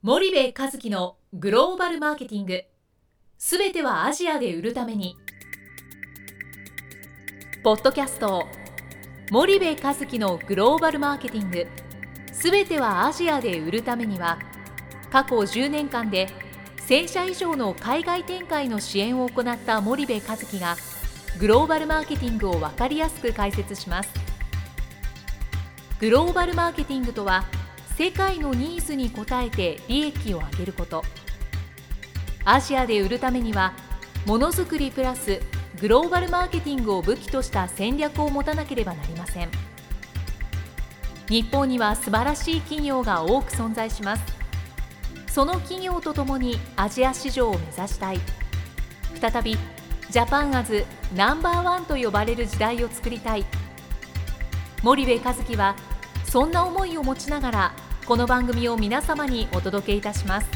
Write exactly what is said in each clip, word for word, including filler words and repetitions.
森部一樹のグローバルマーケティング、すべてはアジアで売るために。ポッドキャスト森部一樹のグローバルマーケティング、すべてはアジアで売るためには、過去じゅうねんかんでせんしゃ以上の海外展開の支援を行った森部一樹がグローバルマーケティングを分かりやすく解説します。グローバルマーケティングとは、世界のニーズに応えて利益を上げること。アジアで売るためには、ものづくりプラスグローバルマーケティングを武器とした戦略を持たなければなりません。日本には素晴らしい企業が多く存在します。その企業とともにアジア市場を目指したい。再びジャパンアズナンバーワンと呼ばれる時代を作りたい。森部一樹はそんな思いを持ちながら、この番組を皆様にお届けいたします。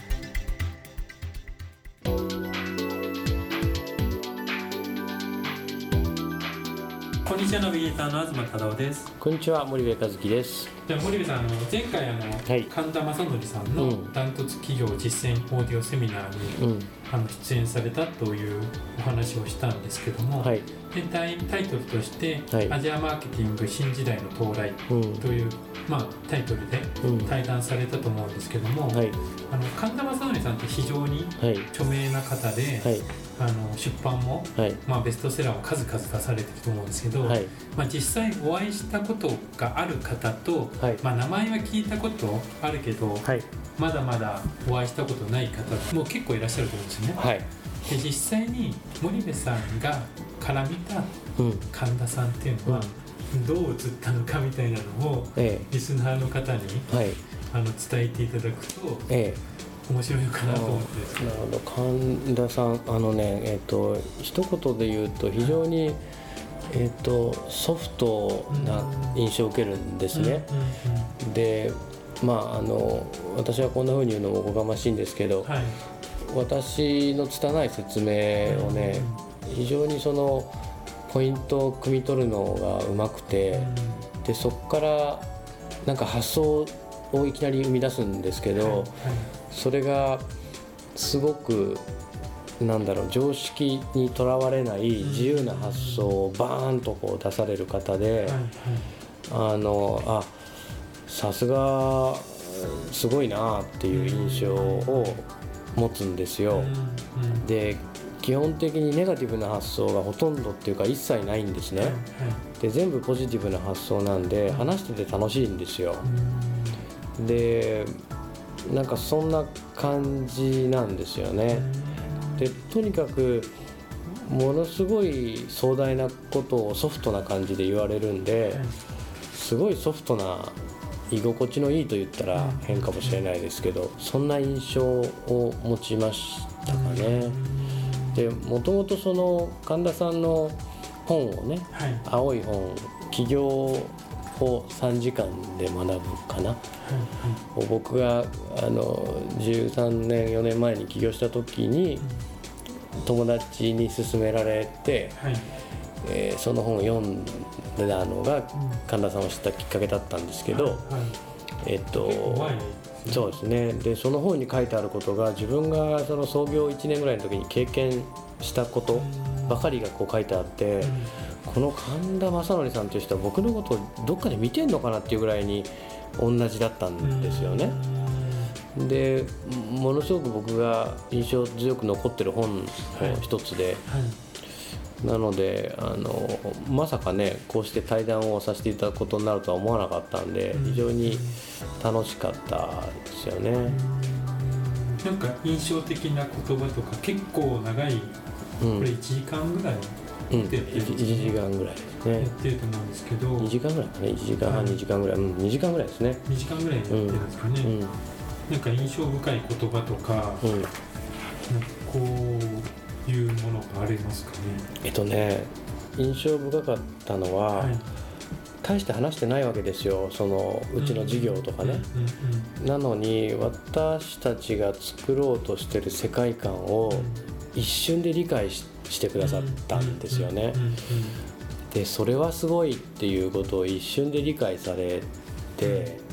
こんにちは、ナビゲーターの東忠夫です。 こんにちは、森部一樹です。 じゃあ森部さん、あの前回あの、はい、神田正則さんのダントツ企業実践オーディオセミナーに、うん、あの出演されたというお話をしたんですけども、はい、でタイトルとして、はい、アジアマーケティング新時代の到来という、うんまあ、タイトルで対談されたと思うんですけども、うんはい、あの神田正則さんって非常に著名な方で、はいはいあの出版も、はいまあ、ベストセラーを数々出されてると思うんですけど、はいまあ、実際お会いしたことがある方と、はいまあ、名前は聞いたことあるけど、はい、まだまだお会いしたことない方も結構いらっしゃると思うんですよね、はい、で実際に森部さんがから見た神田さんっていうのはどう映ったのかみたいなのを、ええ、リスナーの方に、はい、あの伝えていただくと、ええ面白いのかなと思ってですね。なるほど。 神田さん、あのね、えっと一言で言うと非常に、えっとソフトな印象を受けるんですね。うんうん、で、まああの私はこんな風に言うのもおこがましいんですけど、はい、私の拙い説明をね、うん、非常にそのポイントを汲み取るのがうまくて、うん、でそこからなんか発想をいきなり生み出すんですけど。はいはいそれがすごくなんだろう常識にとらわれない自由な発想をバーンとこう出される方で、あのあさすがすごいなっていう印象を持つんですよ。で基本的にネガティブな発想がほとんどっていうか一切ないんですね。で全部ポジティブな発想なんで話してて楽しいんですよ。でなんかそんな感じなんですよね。でとにかくものすごい壮大なことをソフトな感じで言われるんで、すごいソフトな居心地のいいと言ったら変かもしれないですけど、そんな印象を持ちましたかね。でもともとその神田さんの本をね、はい、青い本起業をさんじかんで学ぶかな、はいはい、僕があのじゅうさんねんよねんまえに起業した時に、うん、友達に勧められて、はいえー、その本を読んだのが、うん、神田さんを知ったきっかけだったんですけど、はいはい、えっとそうですね。でその本に書いてあることが自分がその創業いちねんぐらいの時に経験したことばかりがこう書いてあって、うんこの神田正則さんという人は僕のことをどっかで見てんのかなっていうぐらいに同じだったんですよね。でものすごく僕が印象強く残ってる本の一つで、はいはい、なのであのまさかねこうして対談をさせていただくことになるとは思わなかったんで非常に楽しかったですよね。 なんか印象的な言葉とか結構長い、これいちじかんぐらい、 うん、いちじかんぐらいですね。 やってると思うんですけどにじかんぐらいかねいちじかんはん、はい、にじかんぐらい、うん、にじかんぐらいですね。 にじかんぐらいやってるんですかね、うん、なんか印象深い言葉とか、うん、なんかこういうものがありますかね。 えっとね印象深かったのは、はい、大して話してないわけですよそのうちの事業とかね、うんうん、なのに私たちが作ろうとしてる世界観を一瞬で理解してしてくださったんですよね。でそれはすごいっていうことを一瞬で理解されて、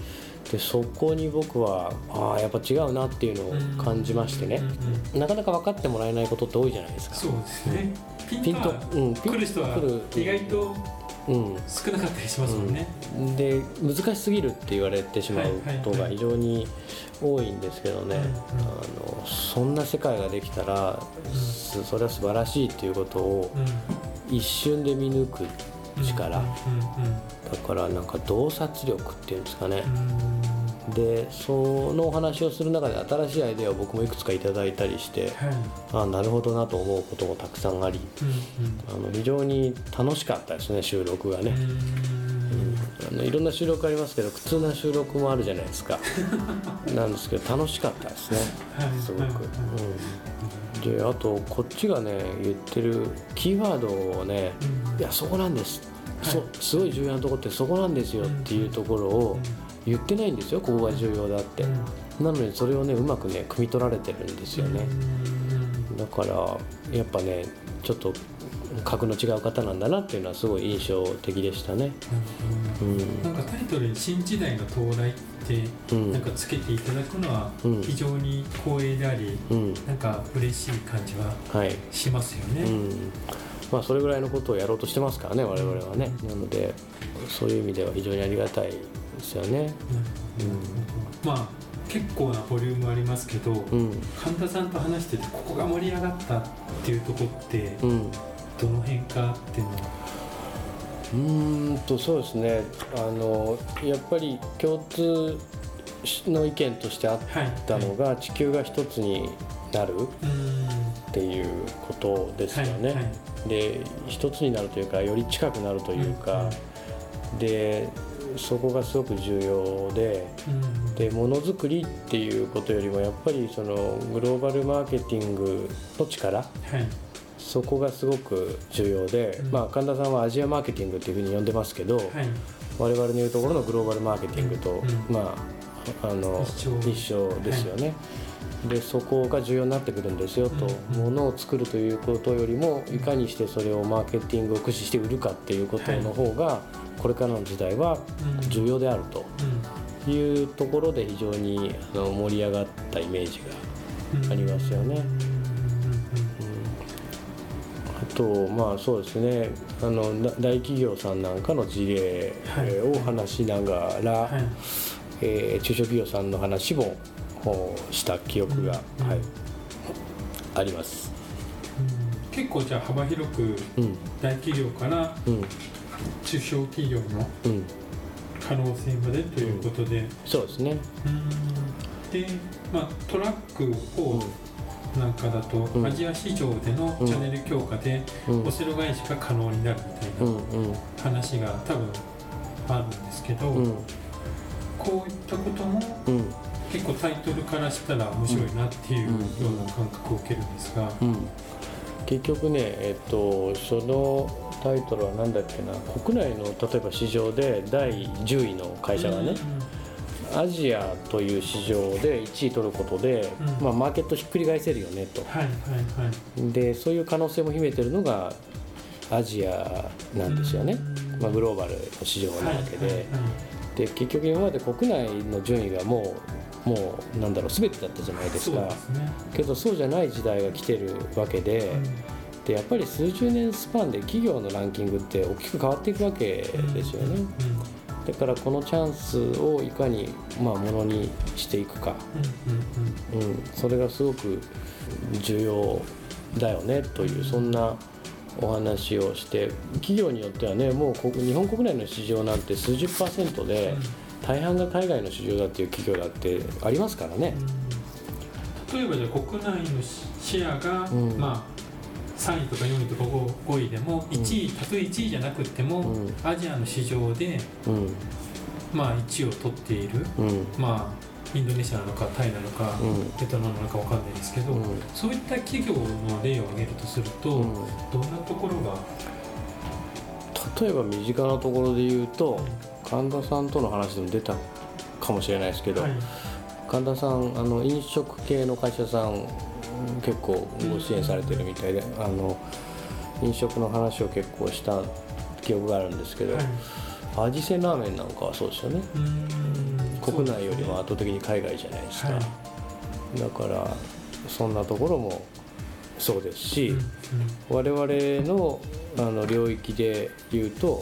でそこに僕はああやっぱ違うなっていうのを感じましてね、なかなか分かってもらえないことって多いじゃないですか。 そうですね、 うん、ピンと、 うん、来る人は意外と少なかったりしますもんね、 うんうん、で難しすぎるって言われてしまうことが非常に多いんですけどね、あのそんな世界ができたら、うん、それは素晴らしいっていうことを一瞬で見抜く力、だからなんか洞察力っていうんですかね、でそのお話をする中で新しいアイデアを僕もいくつかいただいたりして、はい、あなるほどなと思うこともたくさんあり、うんうん、あの非常に楽しかったですね、収録がね。うん、あのいろんな収録ありますけど苦痛な収録もあるじゃないですかなんですけど楽しかったですね、すごく、うん、であとこっちがね言ってるキーワードをね、うん、いやそこなんです、はい、そすごい重要なところってそこなんですよっていうところを言ってないんですよ、ここが重要だって、うん、なのにそれをねうまくね汲み取られてるんですよね、うん、だからやっぱねちょっと格の違う方なんだなっていうのはすごい印象的でしたね、 うんうん、なんかタイトルに新時代の到来ってなんかつけていただくのは非常に光栄であり、うん、なんか嬉しい感じはしますよね、はい、うん、 まあ、それぐらいのことをやろうとしてますからね我々はね、うん、なのでそういう意味では非常にありがたいですよね、 うんうん、まあ結構なボリュームありますけど、うん、神田さんと話しててここが盛り上がったっていうところって、うん、どの辺かっていうのは。 うーんとそうですね、あのやっぱり共通の意見としてあったのが、はいはい、地球が一つになるっていうことですよね、はいはい、で一つになるというかより近くなるというか、うん、でそこがすごく重要で、うん、でものづくりっていうことよりもやっぱりそのグローバルマーケティングの力、はい、そこがすごく重要で、うん、まあ、神田さんはアジアマーケティングっていうふうに呼んでますけど、はい、我々の言うところのグローバルマーケティングと、うん、まあ、あの一緒、一緒ですよね、はい、でそこが重要になってくるんですよと、うん、ものを作るということよりもいかにしてそれをマーケティングを駆使して売るかっていうことの方が、はい、これからの時代は重要であるというところで非常にあの盛り上がったイメージがありますよね、うん、あとまあそうですね、あの大企業さんなんかの事例を話しながら、はい、えー、中小企業さんの話もした記憶が、うん、はい、あります、 うん、結構じゃあ幅広く大企業から、うん、中小企業の可能性までということで、うん、 そうですね、 うん、で、まあ、トラックをなんかだと、うん、アジア市場でのチャンネル強化でオセロ返しが可能になるみたいな話が多分あるんですけど、うん、こういったことも結構タイトルからしたら面白いなっていうような感覚を受けるんですが、 うんうん、結局ね、えっと、そのタイトルは何だっけな、国内の例えば市場でだいじゅういの会社がね、うん、アジアという市場でいちい取ることで、うん、まあ、マーケットひっくり返せるよねと、はいはいはい、でそういう可能性も秘めてるのがアジアなんですよね、まあ、グローバルの市場なわけで、はいはいはい、で結局今まで国内の順位がもうもうなんだろう全てだったじゃないですか。そうですね。けどそうじゃない時代が来てるわけで、うん、でやっぱり数十年スパンで企業のランキングって大きく変わっていくわけですよね、うんうん、だからこのチャンスをいかにまあものにしていくか、うんうんうんうん、それがすごく重要だよねという、そんなお話をして、企業によってはねもう日本国内の市場なんて数十パーセントで大半が海外の市場だっていう企業だってありますからね、 うん、例えばじゃあ国内のシェアが、うん、まあさんいとかよんいとかごいでもいちい、たとえいちいじゃなくても、うん、アジアの市場で、うん、まあいちいを取っている、うん、まあインドネシアなのかタイなのか、うん、ベトナムなのか分かんないですけど、うん、そういった企業の例を挙げるとすると、うん、どんなところが、 例えば身近なところで言うと、神田さんとの話でも出たかもしれないですけど、はい、神田さんあの飲食系の会社さん結構ご支援されてるみたいで、うん、あの飲食の話を結構した記憶があるんですけど、はい、味仙ラーメンなんかはそうですよね、うん、 国内よりも圧倒的に海外じゃないですか、はい、だからそんなところもそうですし、うんうん、我々 の, あの領域で言うと、はい、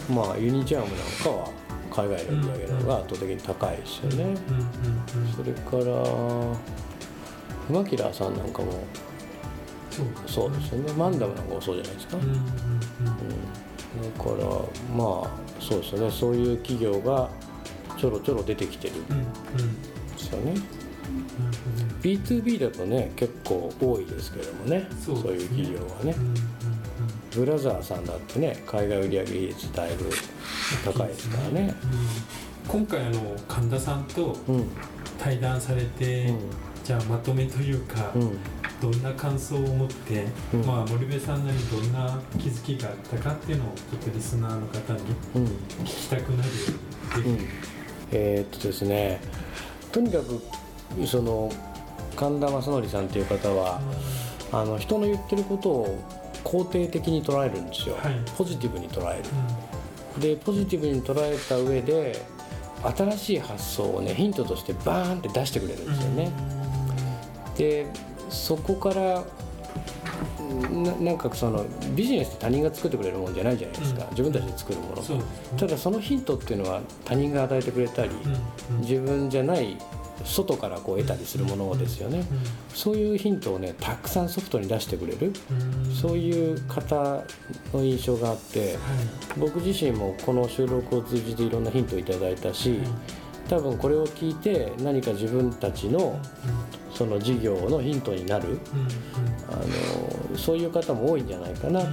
まあユニチャームなんかは海外の売り上げの方が圧倒的に高いですよね、うんうんうんうん、それからフマキラーさんなんかもそうですよね、マンダムなんかもそうじゃないですか、うんうんうんうん、だからまあそうですよね、そういう企業がちょろちょろ出てきてるんですよね、うんうん、ビーツービー だとね結構多いですけどもね、そうですね、そういう企業はね、うんうんうん、ブラザーさんだってね海外売上比率だいぶ高いですからね、 うん、今回あの神田さんと対談されて、うん、じゃあまとめというか、うん、どんな感想を持って、うん、まあ、森部さんなりどんな気づきがあったかっていうのをちょっとリスナーの方に聞きたくなるように、うんうん、 えー、っとですねとにかくその神田正則さんという方は、うん、あの人の言ってることを肯定的に捉えるんですよ、はい、ポジティブに捉える、うん、でポジティブに捉えた上で新しい発想をねヒントとしてバーンって出してくれるんですよね、うん、でそこからな, なんかそのビジネスって他人が作ってくれるもんじゃないじゃないですか、うん、自分たちで作るもの、ね、ただそのヒントっていうのは他人が与えてくれたり、うんうん、自分じゃない外からこう得たりするものですよね、うんうん、そういうヒントをねたくさんソフトに出してくれる、うん、そういう方の印象があって、はい、僕自身もこの収録を通じていろんなヒントをいただいたし、はい、多分これを聞いて何か自分たちのその事業のヒントになる、うんうん、あのそういう方も多いんじゃないかなって、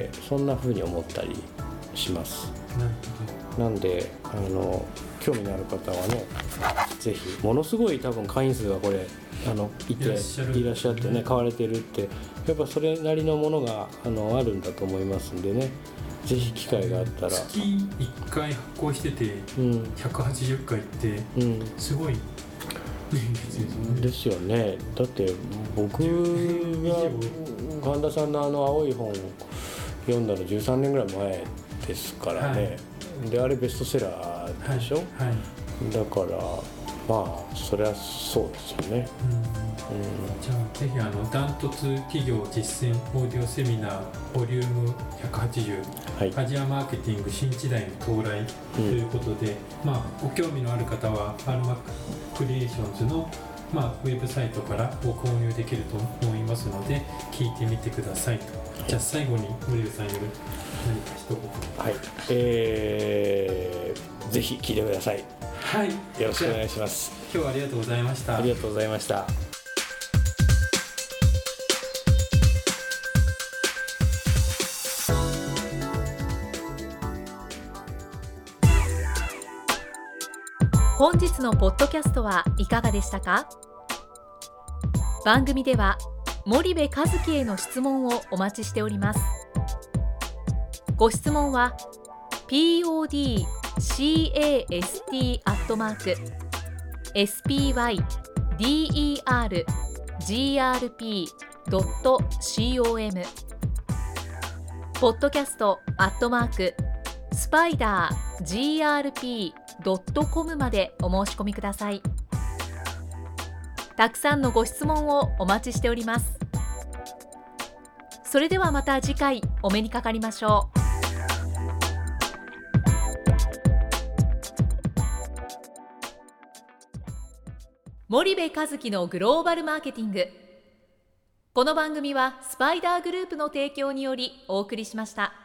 うんうん、そんな風に思ったりします。なんであの興味のある方はねぜひ、ものすごい多分会員数がこれあのいていらっしゃる、いらっしゃってね買われてるって、やっぱそれなりのものが あのあるんだと思いますんでね、ぜひ機会があったら。 月いっかい発行してて、うん、ひゃくはちじゅっかいってすごい、 うん、ですよね。だって僕が神田さんのあの青い本を読んだのじゅうさんねんぐらい前ですからね、はい、であれベストセラーでしょ、はいはい、だからまあそれはそうですよね、うんうん、 じゃあぜひあのダントツ企業実践オーディオセミナーボリュームひゃくはちじゅう、はい、アジアマーケティング新時代の到来ということで、うん、まあご興味のある方はアルマクリエーションズのまあ、ウェブサイトからご購入できると思いますので聞いてみてくださいと、はい、じゃあ最後に森部さんより何か一言。 はい、えー、ぜひ聞いてください。 はい、よろしくお願いします。 今日はありがとうございました。 ありがとうございました。 本日のポッドキャストはいかがでしたか？番組では森部一樹への質問をお待ちしております。ご質問は podcast アットマーク スピーワイディーイーアールジーアールピードットコム ポッドキャストアットマークスパイダー ジーアールピードットコム までお申し込みください。たくさんのご質問をお待ちしております。それではまた次回お目にかかりましょう。森部一樹のグローバルマーケティング。この番組はスパイダーグループの提供によりお送りしました。